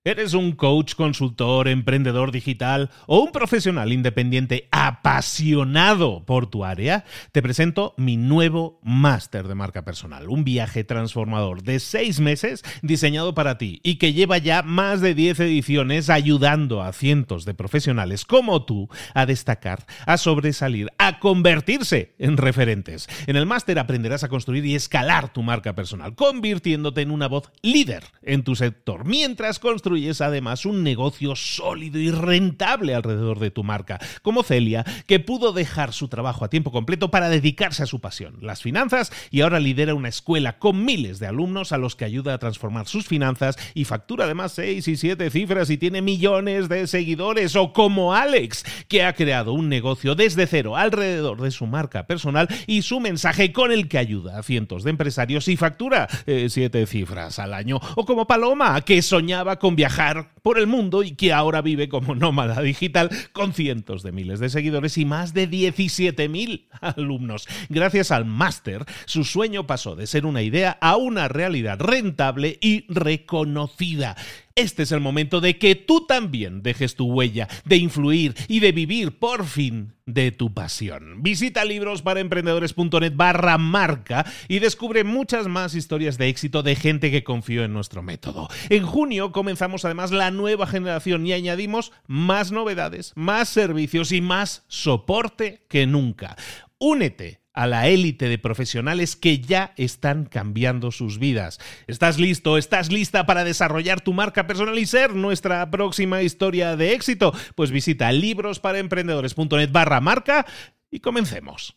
¿Eres un coach, consultor, emprendedor digital o un profesional independiente apasionado por tu área? Te presento mi nuevo máster de marca personal, un viaje transformador de 6 meses diseñado para ti y que lleva ya más de 10 ediciones ayudando a cientos de profesionales como tú a destacar, a sobresalir, a convertirse en referentes. En el máster aprenderás a construir y escalar tu marca personal, convirtiéndote en una voz líder en tu sector, mientras construyes además un negocio sólido y rentable alrededor de tu marca, como Celia, que pudo dejar su trabajo a tiempo completo para dedicarse a su pasión, las finanzas, y ahora lidera una escuela con miles de alumnos a los que ayuda a transformar sus finanzas y factura además 6 y 7 cifras y tiene millones de seguidores. O como Alex, que ha creado un negocio desde cero alrededor de su marca personal y su mensaje, con el que ayuda a cientos de empresarios y factura 7 cifras al año. O como Paloma, que soñaba con viajar por el mundo y que ahora vive como nómada digital con cientos de miles de seguidores y más de 17.000 alumnos. Gracias al máster, su sueño pasó de ser una idea a una realidad rentable y reconocida. Este es el momento de que tú también dejes tu huella, de influir y de vivir por fin de tu pasión. Visita librosparaemprendedores.net/marca y descubre muchas más historias de éxito de gente que confió en nuestro método. En junio comenzamos además la nueva generación y añadimos más novedades, más servicios y más soporte que nunca. Únete a la élite de profesionales que ya están cambiando sus vidas. ¿Estás listo? ¿Estás lista para desarrollar tu marca personal y ser nuestra próxima historia de éxito? Pues visita librosparaemprendedores.net/marca y comencemos.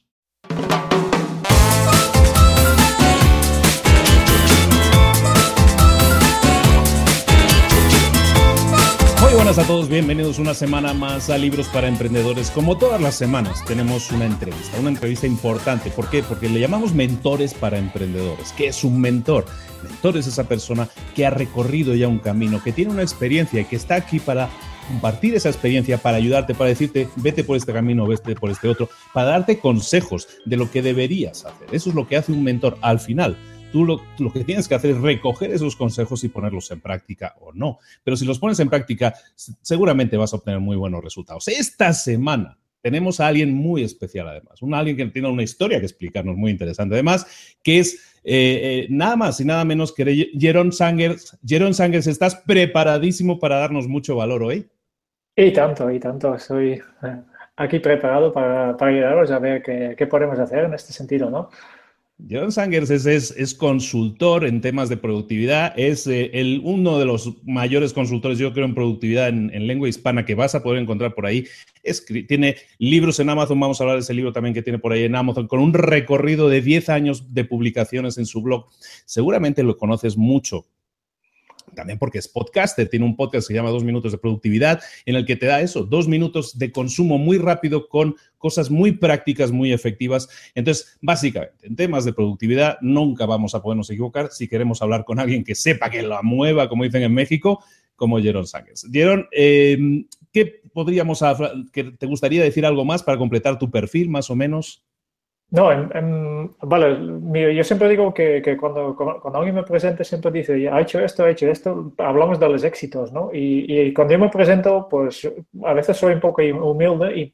Muy buenas a todos, bienvenidos una semana más a Libros para Emprendedores. Como todas las semanas tenemos una entrevista importante. ¿Por qué? Porque le llamamos mentores para emprendedores. ¿Qué es un mentor? Mentor es esa persona que ha recorrido ya un camino, que tiene una experiencia y que está aquí para compartir esa experiencia, para ayudarte, para decirte vete por este camino, vete por este otro, para darte consejos de lo que deberías hacer. Eso es lo que hace un mentor al final. Tú lo que tienes que hacer es recoger esos consejos y ponerlos en práctica o no. Pero si los pones en práctica, seguramente vas a obtener muy buenos resultados. Esta semana tenemos a alguien muy especial además. Alguien que tiene una historia que explicarnos muy interesante además, que es nada más y nada menos que Jeroen Sangers. Jeroen Sangers, ¿estás preparadísimo para darnos mucho valor hoy? Y tanto. Estoy aquí preparado para ayudaros a ver qué podemos hacer en este sentido, ¿no? Jeroen Sangers es consultor en temas de productividad, es uno de los mayores consultores, yo creo, en productividad en lengua hispana que vas a poder encontrar por ahí. Tiene libros en Amazon, vamos a hablar de ese libro también que tiene por ahí en Amazon, con un recorrido de 10 años de publicaciones en su blog. Seguramente lo conoces mucho. También porque es podcaster, tiene un podcast que se llama 2 minutos de productividad, en el que te da 2 minutos de consumo muy rápido con cosas muy prácticas, muy efectivas. Entonces, básicamente, en temas de productividad nunca vamos a podernos equivocar si queremos hablar con alguien que sepa, que la mueva, como dicen en México, como Jeroen Sangers. Jeroen, ¿qué podríamos hablar? ¿Te gustaría decir algo más para completar tu perfil, más o menos? No, vale, mira, yo siempre digo que cuando alguien me presenta siempre dice, ha hecho esto, hablamos de los éxitos, ¿no? Y cuando yo me presento, pues a veces soy un poco humilde y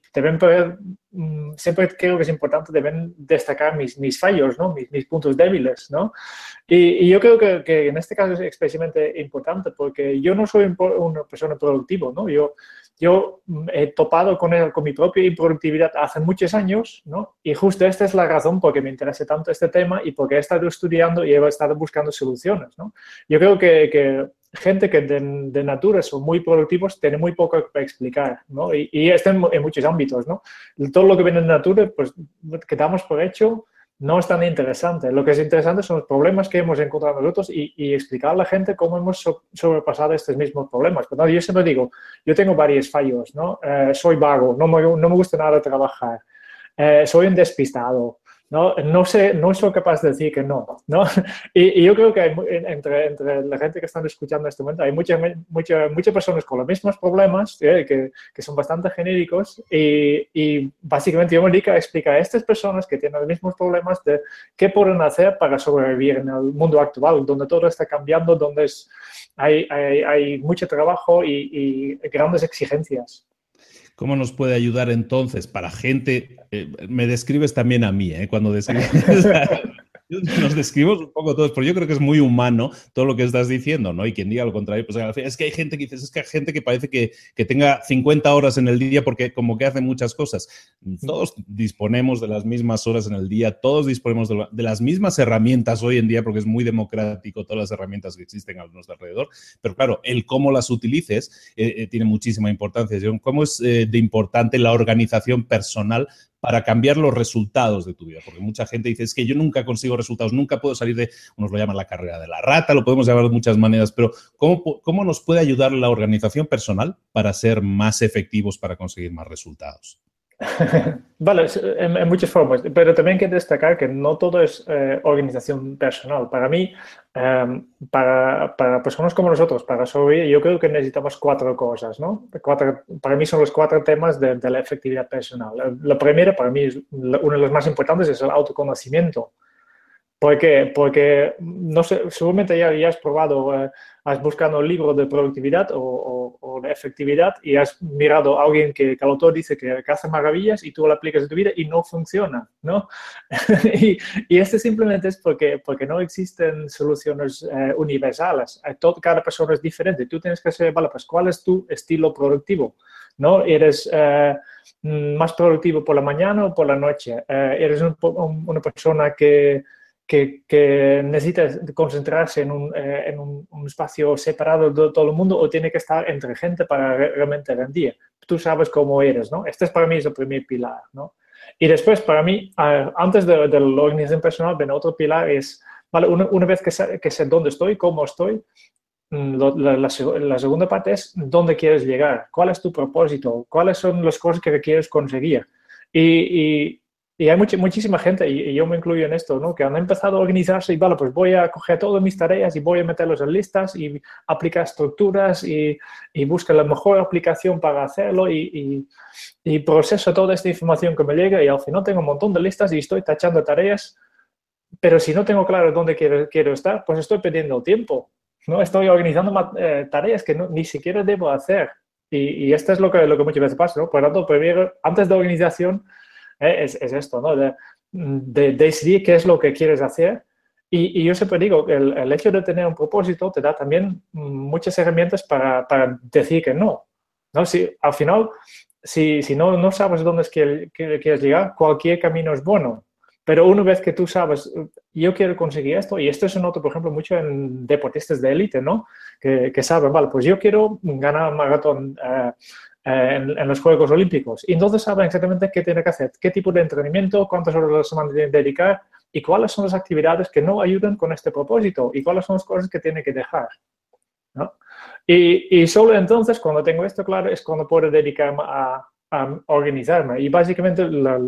siempre creo que es importante deben destacar mis fallos, ¿no? Mis puntos débiles, ¿no? Y yo creo que en este caso es especialmente importante porque yo no soy una persona productiva, ¿no? Yo he topado con mi propia improductividad hace muchos años, ¿no? Y justo esta es la razón por qué me interesa tanto este tema y porque he estado estudiando y he estado buscando soluciones, ¿no? Yo creo que gente que de natura son muy productivos tiene muy poco para explicar, ¿no? Y esto en muchos ámbitos, ¿no? Todo lo que viene de natura, pues, que damos por hecho, no es tan interesante. Lo que es interesante son los problemas que hemos encontrado nosotros y explicar a la gente cómo hemos sobrepasado estos mismos problemas. Pero, yo siempre digo, yo tengo varios fallos, ¿no? Soy vago, no me gusta nada trabajar, soy un despistado, No sé, no soy capaz de decir que no, ¿no? Y yo creo que entre la gente que están escuchando en este momento hay muchas personas con los mismos problemas que son bastante genéricos y básicamente yo me dedico a explicar a estas personas que tienen los mismos problemas de qué pueden hacer para sobrevivir en el mundo actual, donde todo está cambiando, donde hay mucho trabajo y grandes exigencias. ¿Cómo nos puede ayudar entonces para gente? Me describes también a mí, cuando describes nos describimos un poco todos, pero yo creo que es muy humano todo lo que estás diciendo, ¿no? Y quien diga lo contrario, pues es que hay gente que dices, es que hay gente que parece que tenga 50 horas en el día porque como que hace muchas cosas. Todos disponemos de las mismas horas en el día, todos disponemos de las mismas herramientas hoy en día porque es muy democrático todas las herramientas que existen a nuestro alrededor, pero claro, el cómo las utilices tiene muchísima importancia. ¿Cómo es de importante la organización personal para cambiar los resultados de tu vida? Porque mucha gente dice, es que yo nunca consigo resultados, nunca puedo salir de, unos lo llaman la carrera de la rata, lo podemos llamar de muchas maneras, pero ¿cómo nos puede ayudar la organización personal para ser más efectivos, para conseguir más resultados? Vale, en muchas formas, pero también hay que destacar que no todo es organización personal. Para mí, para personas como nosotros, para sobrevivir, yo creo que necesitamos 4 cosas, ¿no? Para mí son los 4 temas de la efectividad personal. La primera, para mí, uno de los más importantes es el autoconocimiento. ¿Por qué? Porque, no sé, seguramente ya has probado, has buscado un libro de productividad o de efectividad y has mirado a alguien que el autor dice que hace maravillas y tú lo aplicas en tu vida y no funciona, ¿no? y esto simplemente es porque no existen soluciones universales. Cada persona es diferente. Tú tienes que saber, vale, pues, ¿cuál es tu estilo productivo? ¿No? ¿Eres más productivo por la mañana o por la noche? ¿Eres una persona que necesita concentrarse en un espacio separado de todo el mundo o tiene que estar entre gente para realmente rendir? Tú sabes cómo eres, ¿no? Este para mí es el primer pilar, ¿no? Y después, para mí, antes de la organización personal, viene otro pilar, es, vale, una vez que sé dónde estoy, cómo estoy, la segunda parte es dónde quieres llegar, cuál es tu propósito, cuáles son las cosas que quieres conseguir. Y hay muchísima gente, y yo me incluyo en esto, ¿no? Que han empezado a organizarse y, vale, pues voy a coger todas mis tareas y voy a meterlos en listas y aplicar estructuras y buscar la mejor aplicación para hacerlo y proceso toda esta información que me llega y al final tengo un montón de listas y estoy tachando tareas, pero si no tengo claro dónde quiero estar, pues estoy perdiendo tiempo, ¿no? Estoy organizando tareas que ni siquiera debo hacer. Y esto es lo que muchas veces pasa, ¿no? Por lo tanto, primero, antes de organización, es esto, ¿no? De decidir qué es lo que quieres hacer. Y yo siempre digo que el hecho de tener un propósito te da también muchas herramientas para decir que no. ¿No? Al final, si no sabes dónde es que quieres llegar, cualquier camino es bueno. Pero una vez que tú sabes, yo quiero conseguir esto, y esto se nota, por ejemplo, mucho en deportistas de élite, ¿no? Que saben, vale, pues yo quiero ganar un maratón en los Juegos Olímpicos. Y entonces saben exactamente qué tiene que hacer, qué tipo de entrenamiento, cuántas horas a la semana tienen que dedicar y cuáles son las actividades que no ayudan con este propósito y cuáles son las cosas que tiene que dejar, ¿no? Y solo entonces, cuando tengo esto claro, es cuando puedo dedicarme a organizarme. Y básicamente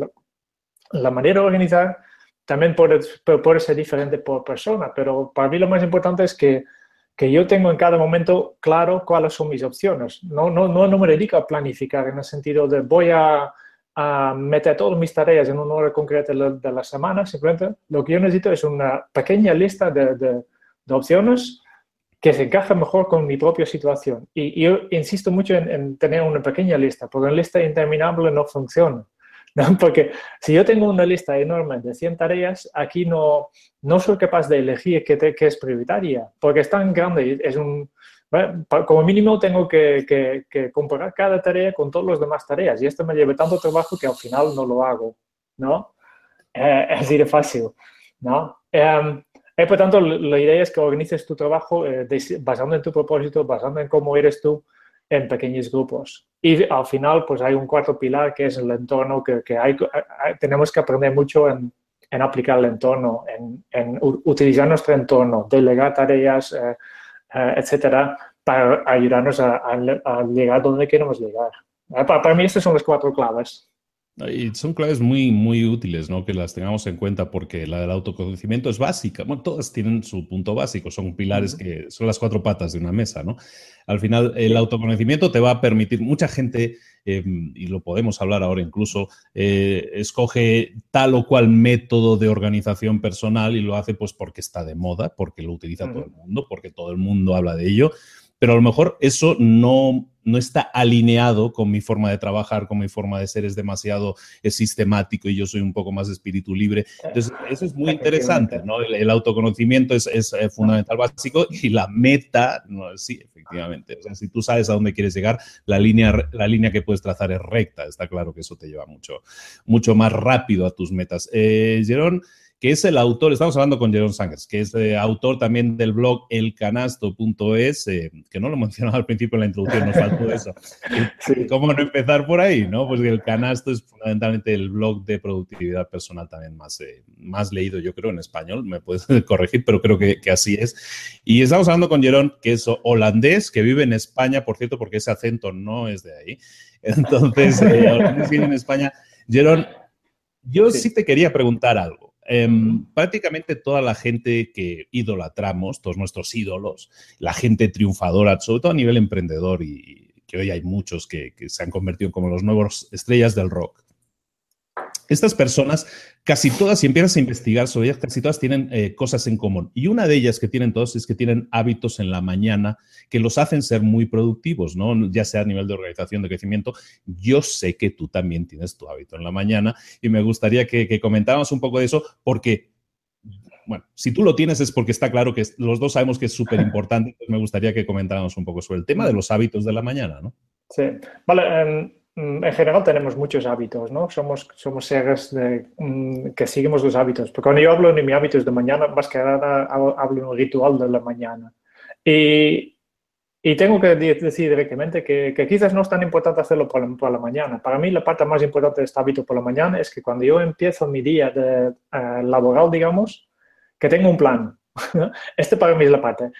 la manera de organizar también puede ser diferente por persona, pero para mí lo más importante es que yo tengo en cada momento claro cuáles son mis opciones. No me dedico a planificar en el sentido de voy a meter todas mis tareas en una hora concreta de la semana. Simplemente lo que yo necesito es una pequeña lista de opciones que se encaja mejor con mi propia situación. Y yo insisto mucho en tener una pequeña lista, porque una lista interminable no funciona, ¿no? Porque si yo tengo una lista enorme de 100 tareas, aquí no soy capaz de elegir qué es prioritaria, porque es tan grande, bueno, como mínimo tengo que comparar cada tarea con todas las demás tareas, y esto me lleva tanto trabajo que al final no lo hago, ¿no? Es así de fácil, ¿no? Por tanto, la idea es que organices tu trabajo basando en tu propósito, basando en cómo eres tú, en pequeños grupos. Y al final, pues hay un cuarto pilar que es el entorno, que tenemos que aprender mucho en aplicar el entorno, en utilizar nuestro entorno, delegar tareas, etcétera, para ayudarnos a llegar donde queremos llegar. Para mí, estas son las 4 claves. Y son claves muy, muy útiles, ¿no? Que las tengamos en cuenta porque la del autoconocimiento es básica. Bueno, todas tienen su punto básico, son pilares que son las cuatro patas de una mesa, ¿no? Al final, el autoconocimiento te va a permitir, mucha gente, y lo podemos hablar ahora incluso, escoge tal o cual método de organización personal y lo hace pues porque está de moda, porque lo utiliza todo el mundo, porque todo el mundo habla de ello. Pero a lo mejor eso no está alineado con mi forma de trabajar, con mi forma de ser, es demasiado sistemático y yo soy un poco más de espíritu libre. Entonces, eso es muy interesante, ¿no? El autoconocimiento es fundamental, básico, y la meta, no, sí, efectivamente. O sea, si tú sabes a dónde quieres llegar, la línea que puedes trazar es recta. Está claro que eso te lleva mucho más rápido a tus metas. Jerón, que es el autor, estamos hablando con Jerón Sangers, que es autor también del blog elcanasto.es, que no lo mencionaba al principio en la introducción, nos faltó eso. Sí. ¿Cómo no empezar por ahí? ¿No? Pues el Canasto es fundamentalmente el blog de productividad personal también más leído, yo creo, en español, me puedes corregir, pero creo que así es. Y estamos hablando con Jerón, que es holandés, que vive en España, por cierto, porque ese acento no es de ahí. Entonces, holandés vive en España. Jerón, yo sí te quería preguntar algo. Prácticamente toda la gente que idolatramos, todos nuestros ídolos, la gente triunfadora, sobre todo a nivel emprendedor, y que hoy hay muchos que se han convertido como los nuevos estrellas del rock. Estas personas, casi todas, si empiezas a investigar sobre ellas, casi todas tienen cosas en común. Y una de ellas que tienen todos es que tienen hábitos en la mañana que los hacen ser muy productivos, ¿no? Ya sea a nivel de organización, de crecimiento. Yo sé que tú también tienes tu hábito en la mañana y me gustaría que comentáramos un poco de eso porque, bueno, si tú lo tienes es porque está claro que los dos sabemos que es súper importante. Entonces me gustaría que comentáramos un poco sobre el tema de los hábitos de la mañana, ¿no? Sí, vale. En general tenemos muchos hábitos, ¿no? Somos seres que seguimos los hábitos. Porque cuando yo hablo de mis hábitos de mañana, más que nada hablo de un ritual de la mañana. Y tengo que decir directamente que quizás no es tan importante hacerlo por la mañana. Para mí la parte más importante de este hábito por la mañana es que cuando yo empiezo mi día laboral, digamos, que tengo un plan. Este para mí es la parte.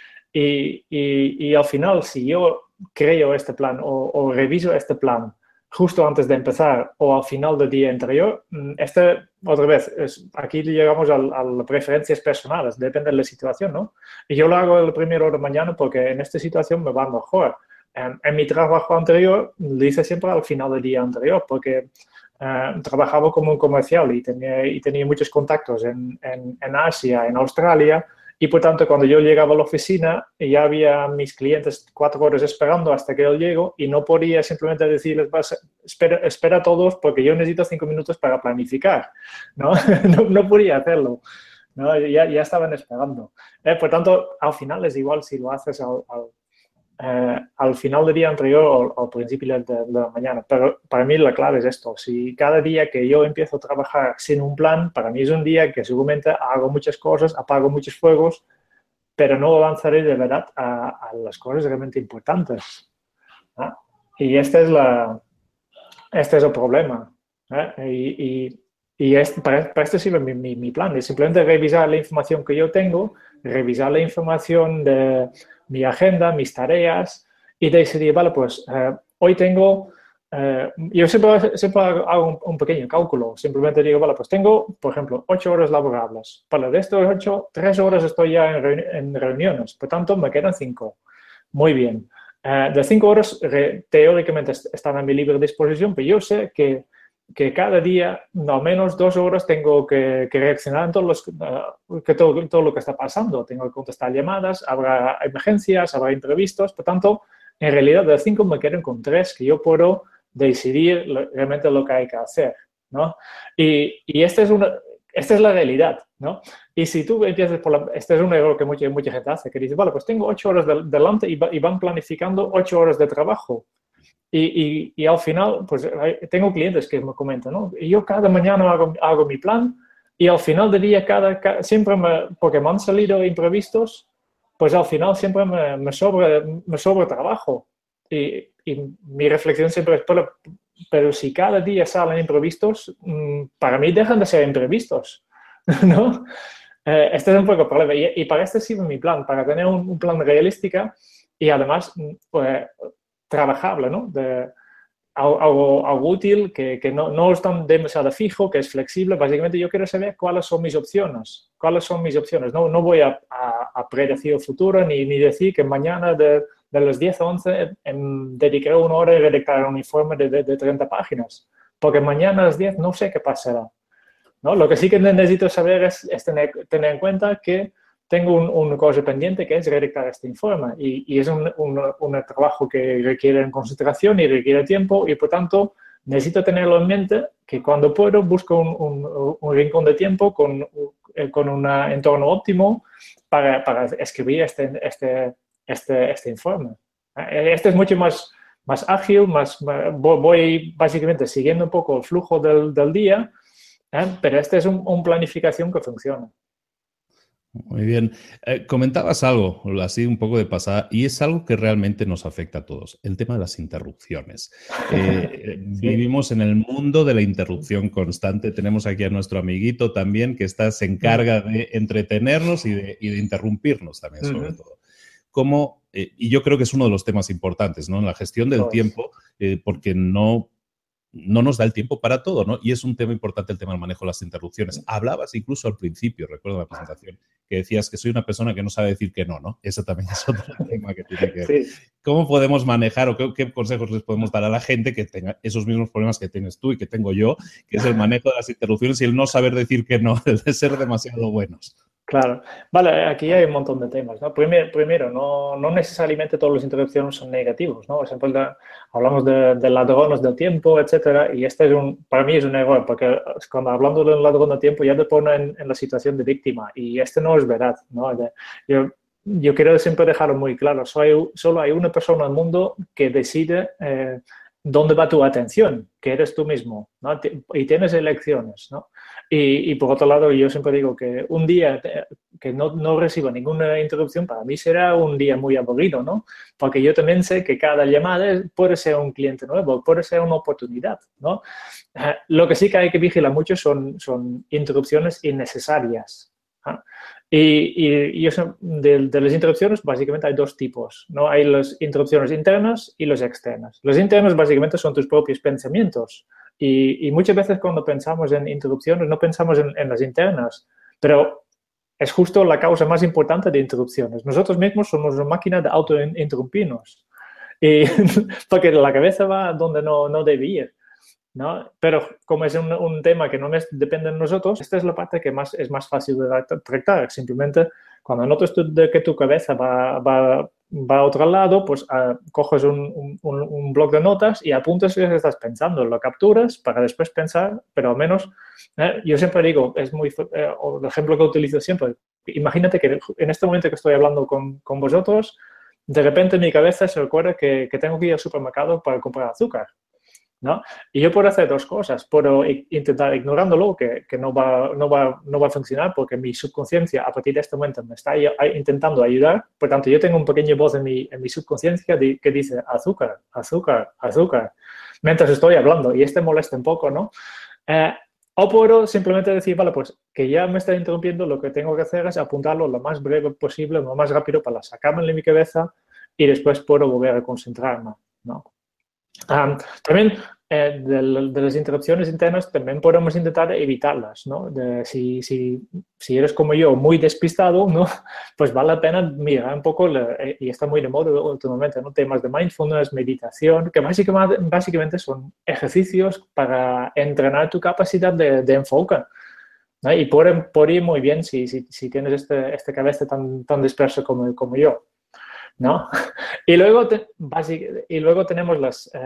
Y al final, si yo creo este plan o reviso este plan justo antes de empezar o al final del día anterior, otra vez, aquí llegamos a las preferencias personales, depende de la situación, ¿no? Y yo lo hago el primero de la mañana porque en esta situación me va mejor. En mi trabajo anterior, lo hice siempre al final del día anterior porque trabajaba como un comercial y tenía muchos contactos en Asia, en Australia. Y, por tanto, cuando yo llegaba a la oficina, ya había mis clientes 4 horas esperando hasta que yo llego y no podía simplemente decirles, espera a todos porque yo necesito 5 minutos para planificar, ¿no? No podía hacerlo, ¿no? Ya estaban esperando. Por tanto, al final es igual si lo haces al final del día anterior o al principio de la mañana. Pero para mí la clave es esto. Si cada día que yo empiezo a trabajar sin un plan, para mí es un día que seguramente hago muchas cosas, apago muchos fuegos, pero no avanzaré de verdad a las cosas realmente importantes, ¿no? Y este es el problema, ¿eh? Para esto sirve mi plan. Es simplemente revisar la información que yo tengo, revisar la información de mi agenda, mis tareas y decidir, vale, pues hoy tengo, yo siempre hago un pequeño cálculo, simplemente digo, vale, pues tengo, por ejemplo, 8 horas laborables. Vale, de estos 8, 3 horas estoy ya en reuniones, por tanto me quedan 5. Muy bien. De 5 horas teóricamente están a mi libre disposición, pero yo sé que cada día, al menos 2 horas, tengo que reaccionar en todo lo que está pasando. Tengo que contestar llamadas, habrá emergencias, habrá imprevistos. Por tanto, en realidad, de 5 me quedan con 3 que yo puedo decidir realmente lo que hay que hacer, ¿no? Y esta es la realidad, ¿no? Y si tú empiezas este es un error que mucha gente hace, que dice, vale, pues tengo 8 horas delante y van planificando 8 horas de trabajo. Y al final, pues tengo clientes que me comentan, ¿no? Y yo cada mañana hago mi plan y al final del día, siempre porque me han salido imprevistos, pues al final siempre me sobra trabajo. Y mi reflexión siempre es, pero si cada día salen imprevistos, para mí dejan de ser imprevistos, ¿no? Este es un poco el problema. Y para este sirve mi plan, para tener un plan realístico y además, pues, trabajable, ¿no? algo útil, que no es tan demasiado fijo, que es flexible. Básicamente yo quiero saber cuáles son mis opciones. ¿Cuáles son mis opciones? No voy a predecir el futuro ni decir que mañana de las 10 a 11 dedicaré 1 hora a redactar un informe de 30 páginas. Porque mañana a las 10 no sé qué pasará, ¿no? Lo que sí que necesito saber es tener en cuenta que tengo una cosa pendiente, que es redactar este informe, y es un trabajo que requiere concentración y requiere tiempo, y por tanto necesito tenerlo en mente, que cuando puedo busco un rincón de tiempo con un entorno óptimo para escribir este informe. Este es mucho más ágil, voy básicamente siguiendo un poco el flujo del día, pero este es un planificación que funciona. Muy bien. Comentabas algo, así un poco de pasada, y es algo que realmente nos afecta a todos, el tema de las interrupciones. Sí. Vivimos en el mundo de la interrupción constante. Tenemos aquí a nuestro amiguito también que se encarga de entretenernos y de interrumpirnos también, sobre todo. Y yo creo que es uno de los temas importantes, ¿no? En la gestión del tiempo, porque no nos da el tiempo para todo, ¿no? Y es un tema importante el tema del manejo de las interrupciones. Hablabas incluso al principio, recuerdo la presentación, que decías que soy una persona que no sabe decir que no, ¿no? Eso también es otro tema que tiene que ver. Sí. ¿Cómo podemos manejar o qué consejos les podemos dar a la gente que tenga esos mismos problemas que tienes tú y que tengo yo, que es el manejo de las interrupciones y el no saber decir que no, el de ser demasiado buenos? Claro. Vale, aquí hay un montón de temas, ¿no? Primero, no necesariamente todas las interrupciones son negativos, ¿no? Por ejemplo, hablamos de ladrones del tiempo, etcétera, y para mí es un error, porque cuando hablando de un ladrón del tiempo ya te pone en la situación de víctima, y no es verdad, ¿no? Yo quiero siempre dejarlo muy claro, solo hay una persona en el mundo que decide dónde va tu atención, que eres tú mismo, ¿no? Y tienes elecciones, ¿no? Y por otro lado, yo siempre digo que un día que no reciba ninguna interrupción, para mí será un día muy aburrido, ¿no? Porque yo también sé que cada llamada puede ser un cliente nuevo, puede ser una oportunidad, ¿no? Lo que sí que hay que vigilar mucho son interrupciones innecesarias, ¿no? Y eso, de las interrupciones, básicamente hay dos tipos, ¿no? Hay las interrupciones internas y las externas. Las internas, básicamente, son tus propios pensamientos. Y muchas veces cuando pensamos en interrupciones, no pensamos en las internas, pero es justo la causa más importante de interrupciones. Nosotros mismos somos una máquina de autointerrumpirnos, porque la cabeza va donde no debe ir, ¿no? Pero como es un tema que no depende de nosotros, esta es la parte que es más fácil de tratar. Simplemente cuando notas que tu cabeza va a otro lado, pues coges un bloc de notas y apuntas lo que estás pensando, lo capturas para después pensar, pero al menos, yo siempre digo, el ejemplo que utilizo siempre, imagínate que en este momento que estoy hablando con vosotros, de repente en mi cabeza se recuerda que tengo que ir al supermercado para comprar azúcar, ¿no? Y yo puedo hacer dos cosas. Puedo intentar ignorándolo, que no va a funcionar porque mi subconsciencia a partir de este momento me está intentando ayudar. Por tanto, yo tengo un pequeño voz en mi subconsciencia que dice azúcar, azúcar, azúcar, mientras estoy hablando, y molesta un poco, ¿no? O puedo simplemente decir, vale, pues que ya me está interrumpiendo, lo que tengo que hacer es apuntarlo lo más breve posible, lo más rápido para sacarme de mi cabeza y después puedo volver a concentrarme, ¿no? También de las interrupciones internas también podemos intentar evitarlas, ¿no? Si eres como yo muy despistado, ¿no? Pues vale la pena mirar un poco, y está muy de moda últimamente, ¿no? Temas de mindfulness, meditación, que básicamente son ejercicios para entrenar tu capacidad de enfoque, ¿no? Y por ir muy bien si tienes este cabeza tan disperso como yo, ¿no? Y luego tenemos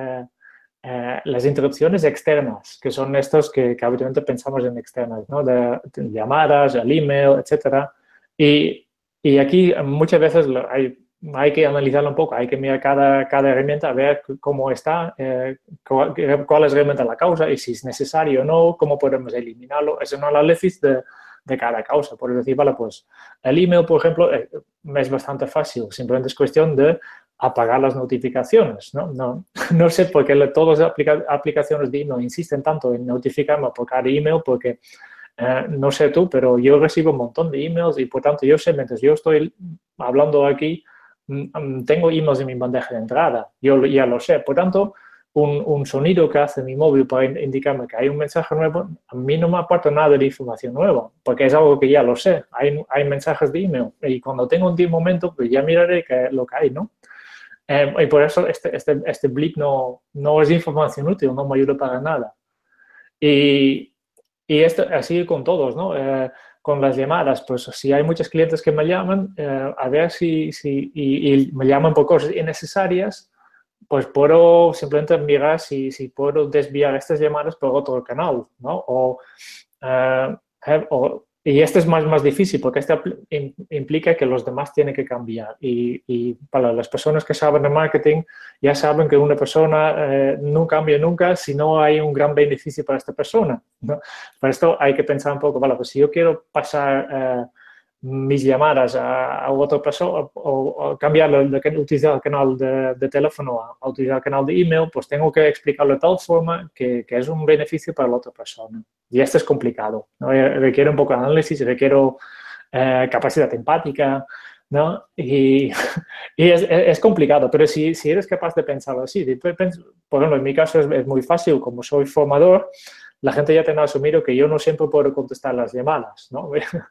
las interrupciones externas, que son estos que habitualmente pensamos en externas, ¿no? De llamadas, el email, etc. Y aquí muchas veces hay que analizarlo un poco, hay que mirar cada herramienta, a ver cómo está, cuál es realmente la causa y si es necesario o no, cómo podemos eliminarlo. Es un análisis de cada causa. Por decir, vale, pues el email, por ejemplo, es bastante fácil. Simplemente es cuestión de apagar las notificaciones, ¿no? No sé por qué todas las aplicaciones de email insisten tanto en notificarme por cada email, porque no sé tú, pero yo recibo un montón de emails y por tanto yo sé, mientras yo estoy hablando aquí, tengo emails en mi bandeja de entrada. Yo ya lo sé. Por tanto, un sonido que hace mi móvil para indicarme que hay un mensaje nuevo, a mí no me aporta nada de información nueva, porque es algo que ya lo sé. Hay mensajes de email y cuando tengo un momento, pues ya miraré lo que hay, ¿no? Y por eso este blip no es información útil, no me ayuda para nada. Y esto así con todos, ¿no? Con las llamadas, pues si hay muchos clientes que me llaman, a ver y me llaman por cosas innecesarias, pues puedo simplemente mirar si puedo desviar estas llamadas por otro canal, ¿no? Y este es más difícil porque este implica que los demás tienen que cambiar. Y para las personas que saben de marketing, ya saben que una persona no cambia nunca si no hay un gran beneficio para esta persona, ¿no? Por esto hay que pensar un poco, vale, pues si yo quiero pasar mis llamadas a otra persona o cambiarlo de utilizar el canal de teléfono a utilizar el canal de email, pues tengo que explicarlo de tal forma que es un beneficio para la otra persona. Y esto es complicado, ¿no? Requiere un poco de análisis, requiere capacidad empática, ¿no? Y es complicado, pero si eres capaz de pensarlo así, por ejemplo, en mi caso es muy fácil, como soy formador, la gente ya tiene asumido que yo no siempre puedo contestar las llamadas, ¿no?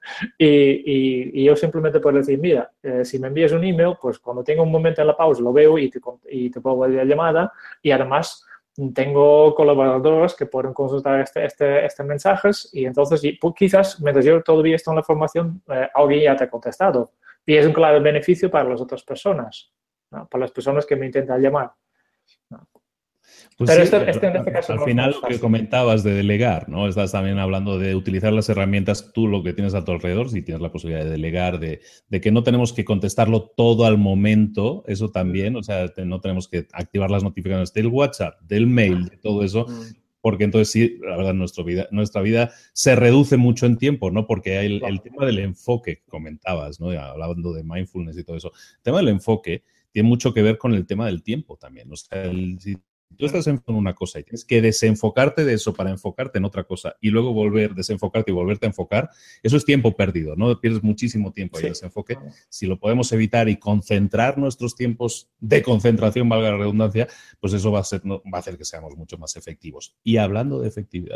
y yo simplemente puedo decir, mira, si me envías un email, pues cuando tengo un momento en la pausa lo veo y te pongo la llamada y además tengo colaboradores que pueden consultar este mensajes y entonces pues, quizás mientras yo todavía estoy en la formación, alguien ya te ha contestado. Y es un claro beneficio para las otras personas, ¿no? Para las personas que me intentan llamar, ¿no? Pues pero sí, en este caso al no final es lo que fácil. comentabas de delegar, ¿no? Estás también hablando de utilizar las herramientas, tú lo que tienes a tu alrededor, si tienes la posibilidad de delegar, de que no tenemos que contestarlo todo al momento, eso también, o sea, no tenemos que activar las notificaciones del WhatsApp, del mail, de todo eso, porque entonces sí, la verdad, nuestra vida se reduce mucho en tiempo, ¿no? Porque hay el tema del enfoque que comentabas, ¿no? Hablando de mindfulness y todo eso. El tema del enfoque tiene mucho que ver con el tema del tiempo también. O sea, si tú estás enfocado en una cosa y tienes que desenfocarte de eso para enfocarte en otra cosa y luego desenfocarte y volverte a enfocar, eso es tiempo perdido, ¿no? Pierdes muchísimo tiempo ahí en desenfoque. Si lo podemos evitar y concentrar nuestros tiempos de concentración, valga la redundancia, pues eso va a hacer que seamos mucho más efectivos. Y hablando de efectividad,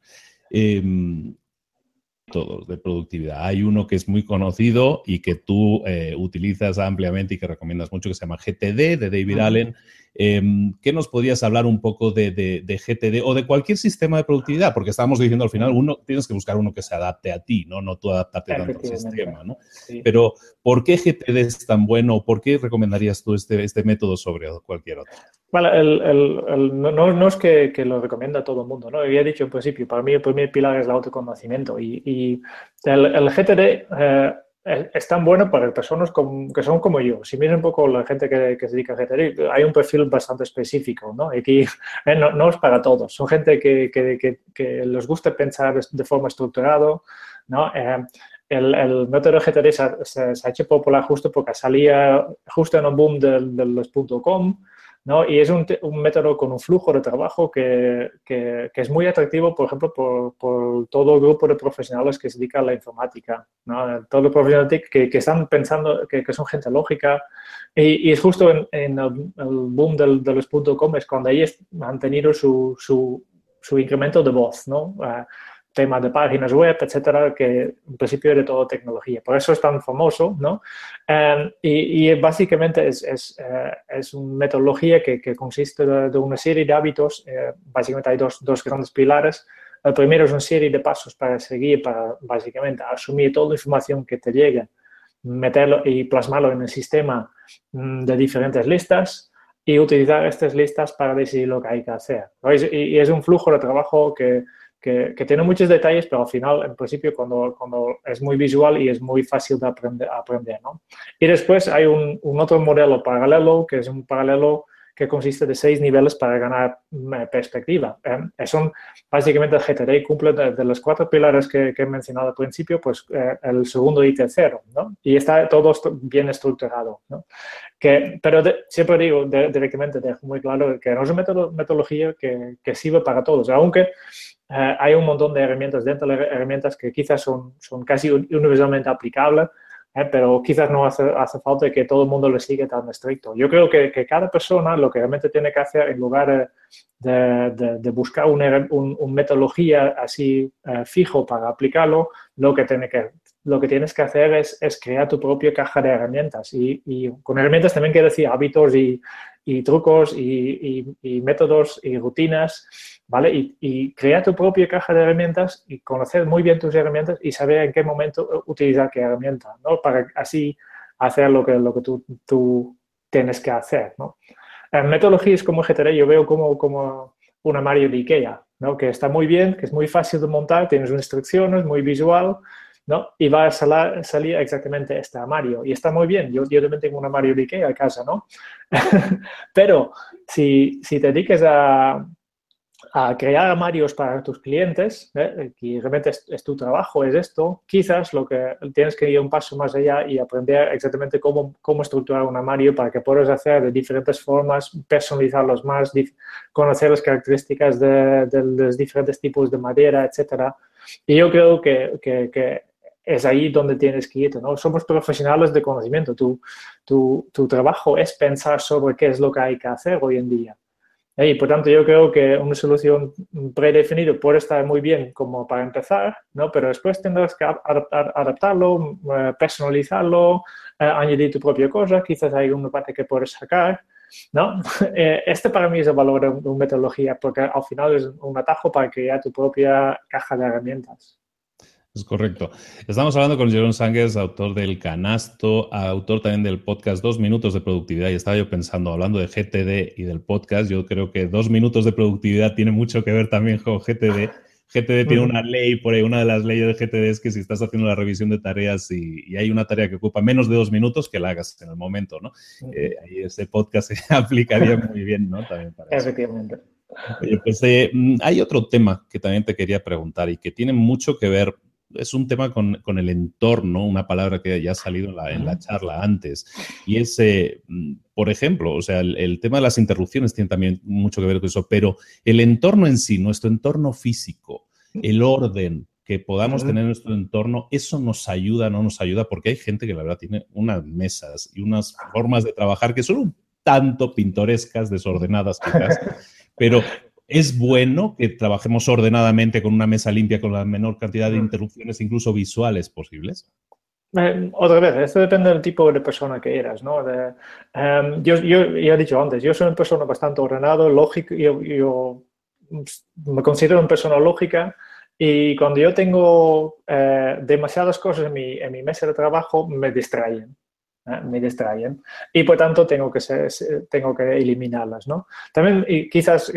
Jeroen, todos de productividad. Hay uno que es muy conocido y que tú utilizas ampliamente y que recomiendas mucho, que se llama GTD, de David Allen. ¿Qué nos podrías hablar un poco de GTD o de cualquier sistema de productividad? Porque estábamos diciendo al final, tienes que buscar uno que se adapte a ti, ¿no? No tú adaptarte tanto al sistema, ¿no? Sí. Pero, ¿por qué GTD es tan bueno? ¿Por qué recomendarías tú este método sobre cualquier otro? Bueno, no es que lo recomienda a todo el mundo, ¿no? Había dicho en principio, para mí el primer pilar es el autoconocimiento y el GTD es tan bueno para personas que son como yo. Si miras un poco la gente que se dedica a GTD, hay un perfil bastante específico, ¿no? Aquí no es para todos. Son gente que les gusta pensar de forma estructurada, ¿no? El método GTD se ha hecho popular justo porque salía justo en el boom de los .com, ¿no? Y es un método con un flujo de trabajo que es muy atractivo, por ejemplo, por todo el grupo de profesionales que se dedican a la informática, ¿no? Todos los profesionales que están pensando, que son gente lógica. Y es justo en el boom de los .com es cuando ellos han tenido su incremento de voz, ¿no? Temas de páginas web, etcétera, que en principio era todo tecnología. Por eso es tan famoso, ¿no? Y básicamente es una metodología que consiste de una serie de hábitos. Básicamente hay dos grandes pilares. El primero es una serie de pasos para seguir, para básicamente asumir toda la información que te llega, meterlo y plasmarlo en el sistema de diferentes listas y utilizar estas listas para decidir lo que hay que hacer. Y es un flujo de trabajo que tiene muchos detalles, pero al final, en principio, cuando es muy visual y es muy fácil de aprender, ¿no? Y después hay un otro modelo paralelo, que es un paralelo que consiste de 6 niveles para ganar perspectiva. Son básicamente el GTD cumple de los 4 pilares que he mencionado al principio, pues el segundo y tercero, ¿no? Y está todo bien estructurado, ¿no? Pero siempre digo, directamente dejo muy claro que no es una metodología que sirve para todos, aunque hay un montón de herramientas dentro de las herramientas que quizás son casi universalmente aplicables, pero quizás no hace falta que todo el mundo le siga tan estricto. Yo creo que cada persona lo que realmente tiene que hacer, en lugar de buscar una metodología así fijo para aplicarlo, lo que tienes que hacer es crear tu propia caja de herramientas. Y con herramientas también quiero decir hábitos y trucos y métodos y rutinas, ¿vale? Y crear tu propia caja de herramientas y conocer muy bien tus herramientas y saber en qué momento utilizar qué herramienta, ¿no? Para así hacer lo que tú tienes que hacer, ¿no? Metodologías como GTD yo veo como un armario de IKEA, ¿no? Que está muy bien, que es muy fácil de montar, tienes instrucciones, muy visual, ¿no? Y va a salir exactamente este armario. Y está muy bien. Yo también tengo un armario de IKEA en casa, ¿no? Pero si te dediques a crear armarios para tus clientes, y realmente es tu trabajo, es esto, quizás lo que tienes que ir un paso más allá y aprender exactamente cómo estructurar un armario para que puedas hacer de diferentes formas, personalizarlos más, conocer las características de los diferentes tipos de madera, etcétera. Y yo creo que es ahí donde tienes que ir, ¿no? Somos profesionales de conocimiento. Tu trabajo es pensar sobre qué es lo que hay que hacer hoy en día. Y por tanto, yo creo que una solución predefinida puede estar muy bien como para empezar, ¿no? Pero después tendrás que adaptarlo, personalizarlo, añadir tu propia cosa. Quizás hay una parte que puedes sacar, ¿no? Este para mí es el valor de una metodología, porque al final es un atajo para crear tu propia caja de herramientas. Es correcto. Estamos hablando con Jeroen Sangers, autor del Canasto, autor también del podcast 2 minutos de productividad. Y estaba yo pensando, hablando de GTD y del podcast, yo creo que 2 minutos de productividad tiene mucho que ver también con GTD. GTD tiene una ley, por ahí una de las leyes de GTD es que si estás haciendo la revisión de tareas y hay una tarea que ocupa menos de 2 minutos, que la hagas en el momento, ¿no? Ahí ese podcast se aplicaría muy bien, ¿no? También para eso. Efectivamente. Oye, pues hay otro tema que también te quería preguntar y que tiene mucho que ver. Es un tema con el entorno, una palabra que ya ha salido en la charla antes. Y es, por ejemplo, o sea, el tema de las interrupciones tiene también mucho que ver con eso, pero el entorno en sí, nuestro entorno físico, el orden que podamos tener en nuestro entorno, eso nos ayuda, no nos ayuda, porque hay gente que la verdad tiene unas mesas y unas formas de trabajar que son un tanto pintorescas, desordenadas quizás, pero es bueno que trabajemos ordenadamente con una mesa limpia, con la menor cantidad de interrupciones, incluso visuales posibles. Otra vez, esto depende del tipo de persona que eras, ¿no? Yo ya he dicho antes, yo soy una persona bastante ordenada, lógica, yo me considero una persona lógica y cuando yo tengo demasiadas cosas en mi mesa de trabajo me distraen. Me distraen y por tanto tengo que eliminarlas, ¿no? También y quizás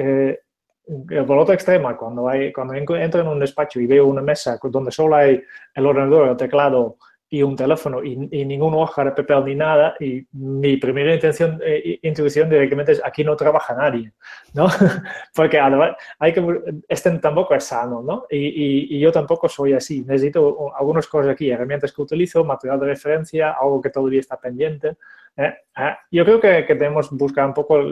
por otro extremo, cuando entro en un despacho y veo una mesa donde solo hay el ordenador, el teclado y un teléfono y ninguna hoja de papel ni nada, y mi primera intuición directamente es aquí no trabaja nadie, ¿no? Porque además este tampoco es sano, ¿no? Y yo tampoco soy así. Necesito algunas cosas aquí, herramientas que utilizo, material de referencia, algo que todavía está pendiente. Yo creo que debemos buscar un poco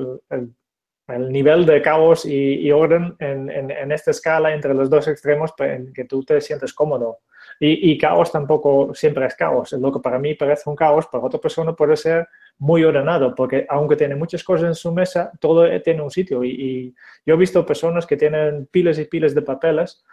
el nivel de caos y orden en esta escala entre los dos extremos en que tú te sientes cómodo. Y caos tampoco siempre es caos. Lo que para mí parece un caos, para otra persona puede ser muy ordenado, porque aunque tiene muchas cosas en su mesa, todo tiene un sitio. Y yo he visto personas que tienen pilas y pilas de papeles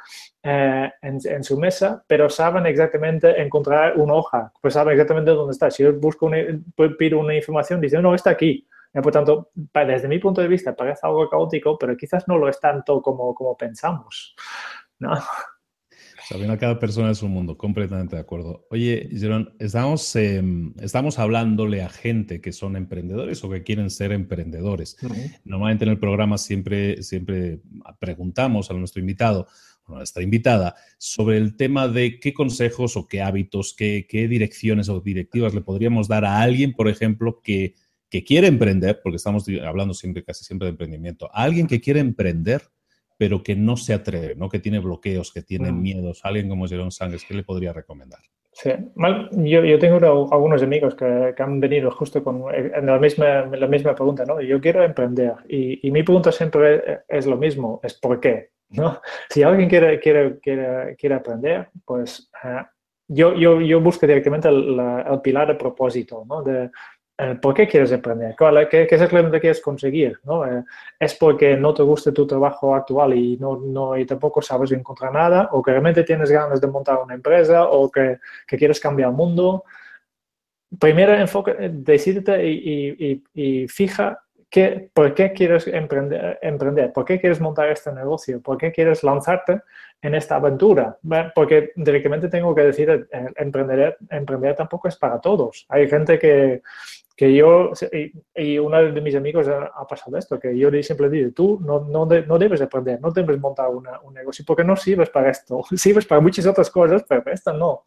en su mesa, pero saben exactamente encontrar una hoja, pues saben exactamente dónde está. Si yo pido una información, dicen, no, está aquí. Por tanto, desde mi punto de vista parece algo caótico, pero quizás no lo es tanto como pensamos, ¿no? Sabiendo, cada persona es un mundo, completamente de acuerdo. Oye, Jeroen, estamos hablándole a gente que son emprendedores o que quieren ser emprendedores. Normalmente en el programa siempre preguntamos a nuestro invitado o nuestra invitada sobre el tema de qué consejos o qué hábitos, qué direcciones o directivas le podríamos dar a alguien, por ejemplo, que quiere emprender, porque estamos hablando casi siempre de emprendimiento, a alguien que quiere emprender, pero que no se atreve, ¿no? Que tiene bloqueos, que tiene miedos. Alguien como Jeroen Sangers, ¿qué le podría recomendar? Sí, yo tengo algunos amigos que han venido justo con la misma pregunta, ¿no? Yo quiero emprender y mi pregunta siempre es lo mismo, es ¿por qué? ¿No? Si alguien quiere aprender, pues yo busco directamente el pilar de propósito, ¿no? ¿Por qué quieres emprender? ¿Qué es lo que quieres conseguir? ¿No? ¿Es porque no te gusta tu trabajo actual y tampoco sabes encontrar nada? ¿O que realmente tienes ganas de montar una empresa? ¿O que quieres cambiar el mundo? Primero decídete y fija por qué quieres emprender, por qué quieres montar este negocio, por qué quieres lanzarte en esta aventura. Porque directamente tengo que decir, emprender tampoco es para todos. Hay gente que yo, y uno de mis amigos ha pasado esto, que yo siempre digo, tú no debes emprender, no debes montar un negocio, porque no sirves para esto, sirves para muchas otras cosas, pero para esta no.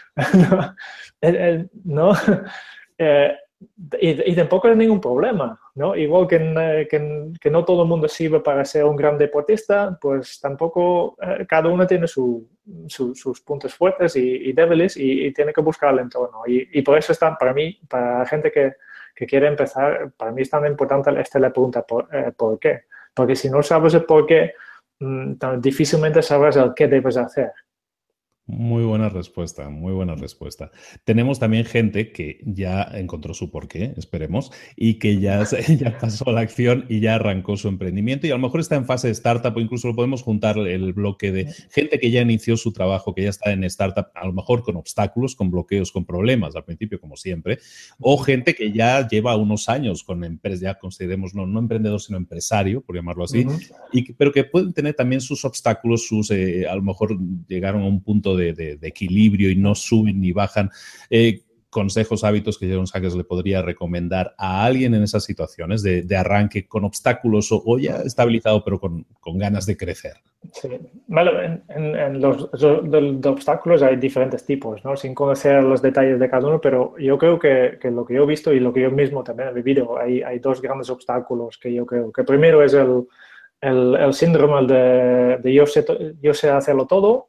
¿No? Eh, y tampoco hay ningún problema, ¿no? Igual que no todo el mundo sirve para ser un gran deportista, pues tampoco cada uno tiene sus puntos fuertes y débiles y tiene que buscar el entorno. Y por eso está, para mí, para la gente que quiere empezar, para mí es tan importante la pregunta ¿por qué? Porque si no sabes el por qué, difícilmente sabrás el qué debes hacer. Muy buena respuesta, muy buena respuesta. Tenemos también gente que ya encontró su porqué, esperemos, y que ya pasó a la acción y ya arrancó su emprendimiento y a lo mejor está en fase de startup o incluso lo podemos juntar el bloque de gente que ya inició su trabajo, que ya está en startup, a lo mejor con obstáculos, con bloqueos, con problemas al principio, como siempre, o gente que ya lleva unos años con empresas, ya consideremos no emprendedor, sino empresario, por llamarlo así, pero que pueden tener también sus obstáculos, a lo mejor llegaron a un punto de equilibrio y no suben ni bajan. Consejos, hábitos que Jeroen Sackers le podría recomendar a alguien en esas situaciones de arranque con obstáculos o ya estabilizado pero con ganas de crecer. Sí. Vale, en los de obstáculos hay diferentes tipos, ¿no? Sin conocer los detalles de cada uno, pero yo creo que lo que yo he visto y lo que yo mismo también he vivido, hay dos grandes obstáculos que yo creo. Que primero es el síndrome de yo sé hacerlo todo,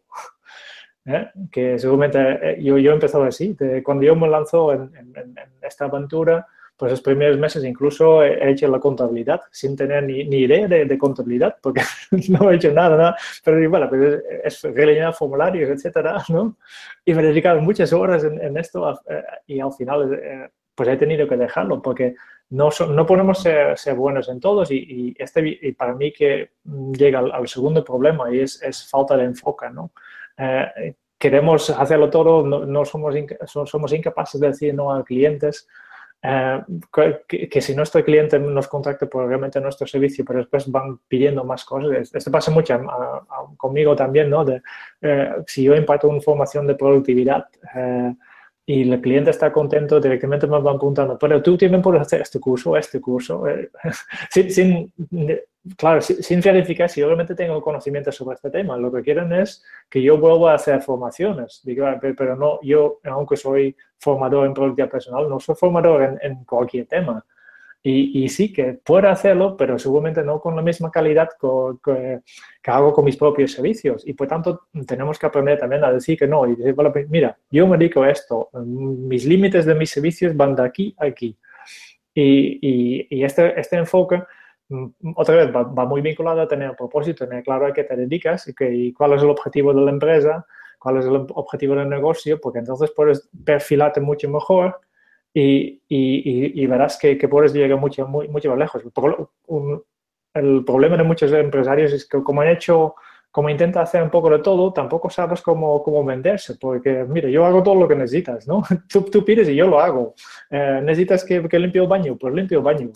que seguramente yo he empezado así. Cuando yo me lanzo en esta aventura, pues los primeros meses incluso he hecho la contabilidad sin tener ni idea de contabilidad, porque no he hecho nada. Pero bueno, pues es rellenar formularios, etcétera, ¿no? Y me he dedicado muchas horas en esto y al final pues he tenido que dejarlo, porque no podemos ser buenos en todos y para mí que llega al segundo problema y es falta de enfoque, ¿no? Queremos hacerlo todo, no somos incapaces de decir no a clientes, que si nuestro cliente nos contacta por realmente nuestro servicio, pero después van pidiendo más cosas. Esto pasa mucho conmigo también, ¿no? Si yo imparto una formación de productividad y el cliente está contento, directamente me van preguntando, pero tú también puedes hacer este curso, claro, sin verificar si realmente tengo conocimiento sobre este tema. Lo que quieren es que yo vuelva a hacer formaciones. Digo, pero no, yo, aunque soy formador en productividad personal, no soy formador en cualquier tema. Y sí que puedo hacerlo, pero seguramente no con la misma calidad que hago con mis propios servicios. Y por tanto, tenemos que aprender también a decir que no. Y decir, bueno, mira, yo me dedico a esto. Mis límites de mis servicios van de aquí a aquí. Y este enfoque, otra vez, va muy vinculado a tener un propósito, tener claro a qué te dedicas y cuál es el objetivo de la empresa, cuál es el objetivo del negocio, porque entonces puedes perfilarte mucho mejor y verás que puedes llegar mucho más lejos. El problema de muchos empresarios es que como intenta hacer un poco de todo, tampoco sabes cómo venderse, porque mira, yo hago todo lo que necesitas, ¿no? Tú pides y yo lo hago. ¿Necesitas que limpie el baño? Pues limpio el baño.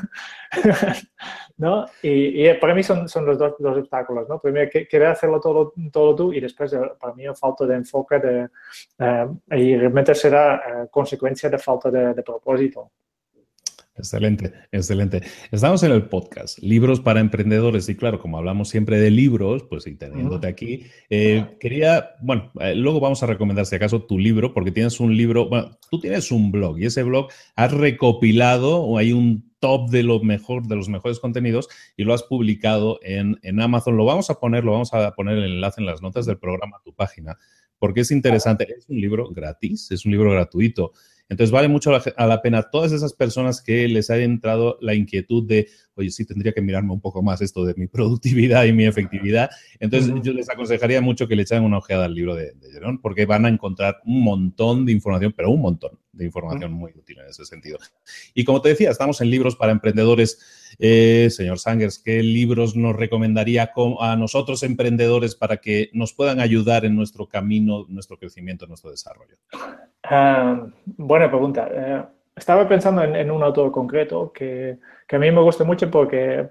¿No? Y para mí son los dos obstáculos, ¿no? Primero, querer hacerlo todo tú y después, para mí, falta de enfoque y realmente será consecuencia de falta de propósito. Excelente, excelente. Estamos en el podcast, Libros para Emprendedores, y claro, como hablamos siempre de libros, pues y teniéndote aquí, luego vamos a recomendar si acaso tu libro, porque tienes un libro, tú tienes un blog y ese blog has recopilado o hay un top de los mejores contenidos y lo has publicado en Amazon. Vamos a poner el enlace en las notas del programa a tu página, porque es interesante. Es un libro gratis, es un libro gratuito Entonces vale mucho a la pena todas esas personas que les ha entrado la inquietud de, oye, sí, tendría que mirarme un poco más esto de mi productividad y mi efectividad. Entonces yo les aconsejaría mucho que le echaran una ojeada al libro de Jeroen, porque van a encontrar un montón de información, pero un montón de información muy útil en ese sentido. Y como te decía, estamos en Libros para Emprendedores. Señor Sangers, ¿qué libros nos recomendaría a nosotros emprendedores para que nos puedan ayudar en nuestro camino, nuestro crecimiento, nuestro desarrollo? Buena pregunta. Estaba pensando en un autor concreto que a mí me gusta mucho porque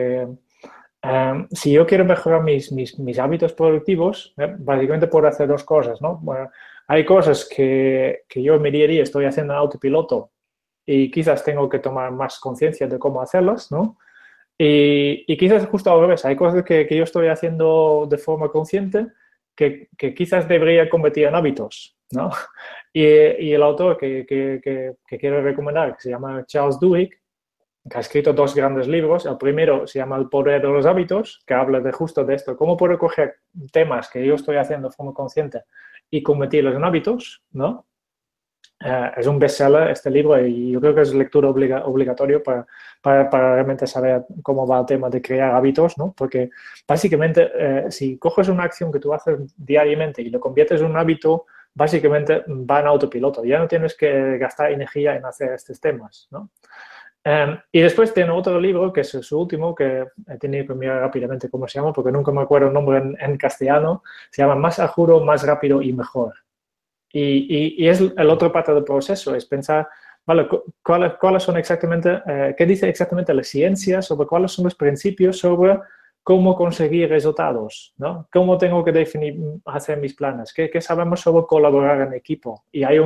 si yo quiero mejorar mis hábitos productivos, básicamente puedo hacer dos cosas, ¿no? Bueno, hay cosas que yo en mi día a día estoy haciendo en autopiloto y quizás tengo que tomar más conciencia de cómo hacerlas, ¿no? Y quizás justo al revés, hay cosas que yo estoy haciendo de forma consciente que quizás debería convertir en hábitos, ¿no? Y el autor que quiero recomendar, que se llama Charles Duhigg, que ha escrito 2 grandes libros. El primero se llama El poder de los hábitos, que habla justo de esto, cómo puedo coger temas que yo estoy haciendo de forma consciente y convertirlos en hábitos, ¿no? Es un bestseller este libro y yo creo que es lectura obligatorio para realmente saber cómo va el tema de crear hábitos, ¿no? Porque básicamente si coges una acción que tú haces diariamente y lo conviertes en un hábito, básicamente va en autopiloto. Ya no tienes que gastar energía en hacer estos temas, ¿no? Y después tiene otro libro, que es su último, que he tenido que mirar rápidamente cómo se llama, porque nunca me acuerdo el nombre en castellano. Se llama Más a juro, más rápido y mejor. Y es el otro parte del proceso, es pensar, vale, cuáles son exactamente, qué dice exactamente la ciencia sobre cuáles son los principios sobre cómo conseguir resultados, ¿no? Cómo tengo que definir, hacer mis planes, qué sabemos sobre colaborar en equipo. Y hay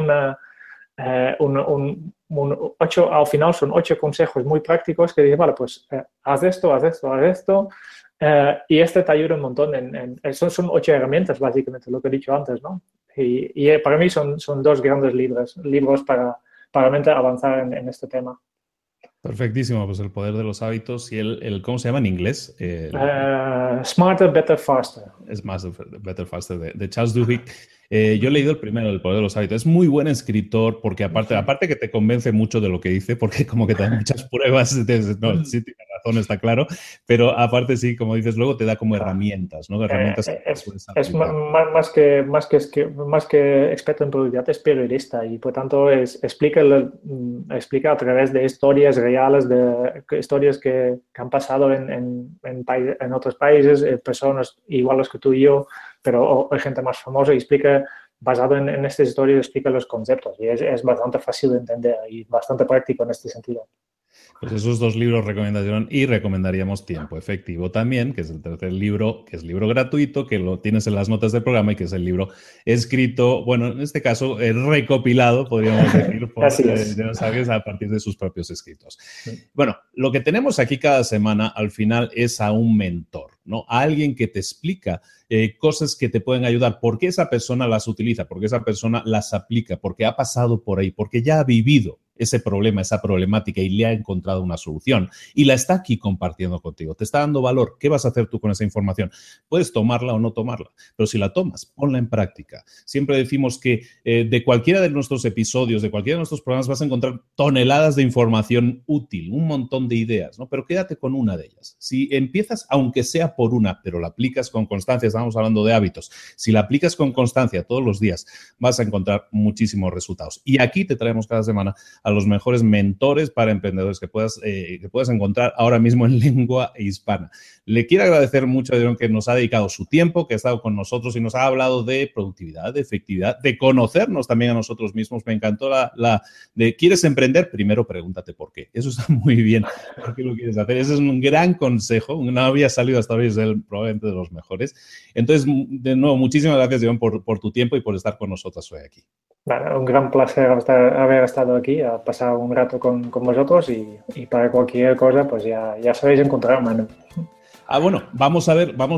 al final son 8 consejos muy prácticos que dicen, vale, pues haz esto, haz esto, haz esto. Y este te ayuda un montón. Son 8 herramientas, básicamente, lo que he dicho antes, ¿no? Y para mí son 2 grandes libros para realmente avanzar en este tema. Perfectísimo, pues El poder de los hábitos y el ¿cómo se llama en inglés? Smarter, Better, Faster. Smarter, Better, Faster de Charles Duhigg. Yo he leído el primero, El poder de los hábitos. Es muy buen escritor porque aparte que te convence mucho de lo que dice, porque como que te da muchas pruebas, sí tiene razón, está claro, pero aparte sí, como dices, luego te da como herramientas, ¿no? Herramientas es más que experto en productividad, es periodista y por tanto explica a través de historias reales, de historias que han pasado en otros países, personas iguales que tú y yo, pero hay gente más famosa y explica, basado en estas historias, explica los conceptos y es bastante fácil de entender y bastante práctico en este sentido. Pues esos 2 libros recomendación y recomendaríamos Tiempo Efectivo también, que es el tercer libro, que es libro gratuito, que lo tienes en las notas del programa y que es el libro escrito, bueno, en este caso recopilado, podríamos decir, por Jeroen Sangers a partir de sus propios escritos. Sí. Bueno, lo que tenemos aquí cada semana al final es a un mentor, ¿no? A alguien que te explica cosas que te pueden ayudar, por qué esa persona las utiliza, por qué esa persona las aplica, porque ha pasado por ahí, porque ya ha vivido ese problema, esa problemática y le ha encontrado una solución y la está aquí compartiendo contigo, te está dando valor. ¿Qué vas a hacer tú con esa información? Puedes tomarla o no tomarla, pero si la tomas, ponla en práctica. Siempre decimos que de cualquiera de nuestros episodios, de cualquiera de nuestros programas vas a encontrar toneladas de información útil, un montón de ideas, ¿no? Pero quédate con una de ellas. Si empiezas, aunque sea por una, pero la aplicas con constancia, estamos hablando de hábitos, si la aplicas con constancia todos los días, vas a encontrar muchísimos resultados. Y aquí te traemos cada semana a los mejores mentores para emprendedores que puedas encontrar ahora mismo en lengua hispana. Le quiero agradecer mucho a Jeroen que nos ha dedicado su tiempo, que ha estado con nosotros y nos ha hablado de productividad, de efectividad, de conocernos también a nosotros mismos. Me encantó la de ¿quieres emprender? Primero pregúntate por qué. Eso está muy bien. ¿Por qué lo quieres hacer? Ese es un gran consejo. No había salido hasta hoy, es probablemente de los mejores. Entonces, de nuevo, muchísimas gracias, Jeroen, por tu tiempo y por estar con nosotros hoy aquí. Bueno, un gran placer haber estado aquí, a pasar un rato con vosotros y para cualquier cosa, pues ya sabéis encontrarme, ¿no? Bueno, vamos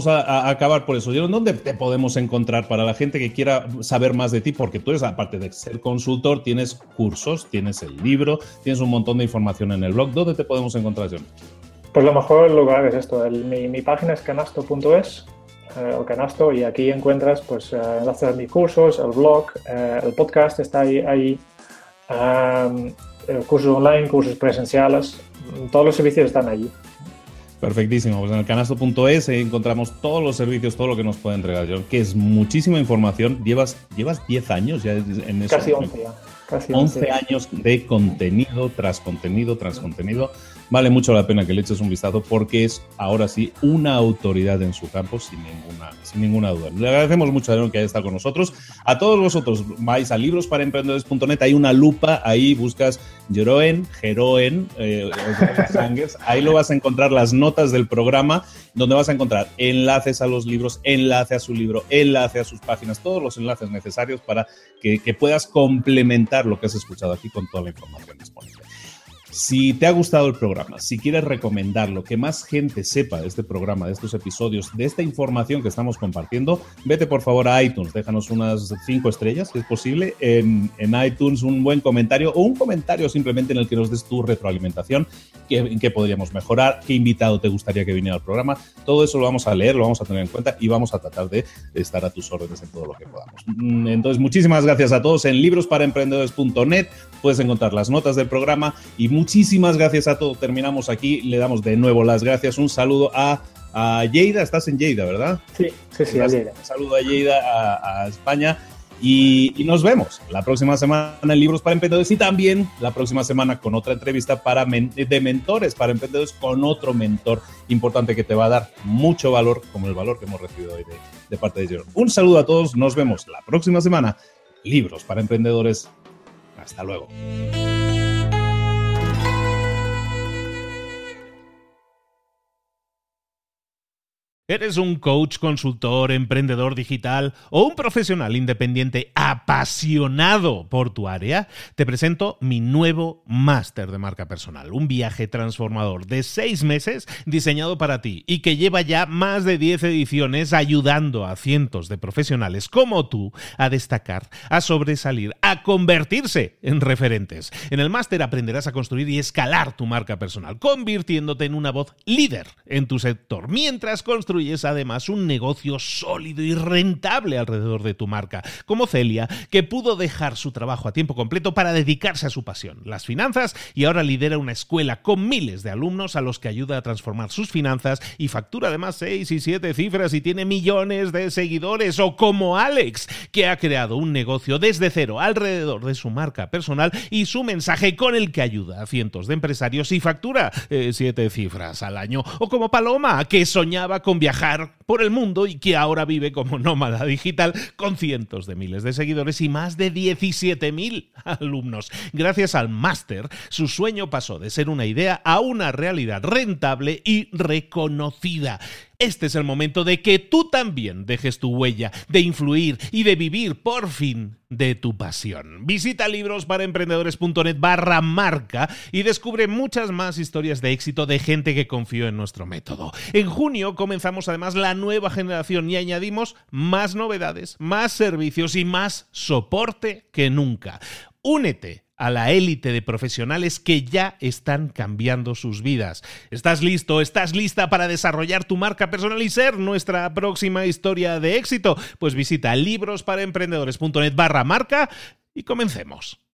a acabar por eso. ¿Dónde te podemos encontrar para la gente que quiera saber más de ti? Porque tú eres, aparte de ser consultor, tienes cursos, tienes el libro, tienes un montón de información en el blog. ¿Dónde te podemos encontrar, Jeroen? Pues lo mejor lugar es esto. Mi página es canasto.es. O Canasto, y aquí encuentras pues enlaces a mis cursos, el blog, el podcast está ahí cursos online, cursos presenciales, todos los servicios están allí. Perfectísimo, pues en el canasto.es encontramos todos los servicios, todo lo que nos puede entregar John, que es muchísima información. ¿Llevas 10 años ya en eso? Casi 11 ya. Casi 11 años de contenido tras contenido tras contenido. Vale mucho la pena que le eches un vistazo porque es ahora sí una autoridad en su campo sin ninguna duda. Le agradecemos mucho a John que haya estado con nosotros. A todos vosotros vais a librosparaemprendedores.net, hay una lupa, ahí buscas Jeroen, ahí lo vas a encontrar las notas del programa, donde vas a encontrar enlaces a los libros, enlace a su libro, enlace a sus páginas, todos los enlaces necesarios para que puedas complementar lo que has escuchado aquí con toda la información disponible. Si te ha gustado el programa, si quieres recomendarlo, que más gente sepa de este programa, de estos episodios, de esta información que estamos compartiendo, vete por favor a iTunes, déjanos unas 5 estrellas, si es posible, en iTunes, un buen comentario o un comentario simplemente en el que nos des tu retroalimentación, en qué podríamos mejorar, qué invitado te gustaría que viniera al programa. Todo eso lo vamos a leer, lo vamos a tener en cuenta y vamos a tratar de estar a tus órdenes en todo lo que podamos. Entonces, muchísimas gracias a todos. En librosparaemprendedores.net puedes encontrar las notas del programa y muchísimas gracias a todos. Terminamos aquí, le damos de nuevo las gracias. Un saludo a Lleida, estás en Lleida, ¿verdad? Sí, a Lleida. Un saludo a Lleida, a España. Y nos vemos la próxima semana en Libros para Emprendedores y también la próxima semana con otra entrevista de mentores para emprendedores con otro mentor importante que te va a dar mucho valor, como el valor que hemos recibido hoy de parte de Jeroen. Un saludo a todos, nos vemos la próxima semana. Libros para Emprendedores. Hasta luego. ¿Eres un coach, consultor, emprendedor digital o un profesional independiente apasionado por tu área? Te presento mi nuevo máster de marca personal, un viaje transformador de 6 meses diseñado para ti y que lleva ya más de 10 ediciones ayudando a cientos de profesionales como tú a destacar, a sobresalir, a convertirse en referentes. En el máster aprenderás a construir y escalar tu marca personal, convirtiéndote en una voz líder en tu sector, mientras construyes además un negocio sólido y rentable alrededor de tu marca, como Celia, que pudo dejar su trabajo a tiempo completo para dedicarse a su pasión, las finanzas, y ahora lidera una escuela con miles de alumnos a los que ayuda a transformar sus finanzas y factura además 6 y 7 cifras y tiene millones de seguidores, o como Alex, que ha creado un negocio desde cero alrededor de su marca personal y su mensaje con el que ayuda a cientos de empresarios y factura 7 cifras al año, o como Paloma, que soñaba con viajar por el mundo y que ahora vive como nómada digital con cientos de miles de seguidores y más de 17.000 alumnos. Gracias al máster, su sueño pasó de ser una idea a una realidad rentable y reconocida. Este es el momento de que tú también dejes tu huella, de influir y de vivir por fin de tu pasión. Visita librosparaemprendedores.net/marca y descubre muchas más historias de éxito de gente que confió en nuestro método. En junio comenzamos además la nueva generación y añadimos más novedades, más servicios y más soporte que nunca. Únete a la élite de profesionales que ya están cambiando sus vidas. ¿Estás listo? ¿Estás lista para desarrollar tu marca personal y ser nuestra próxima historia de éxito? Pues visita librosparaemprendedores.net/marca y comencemos.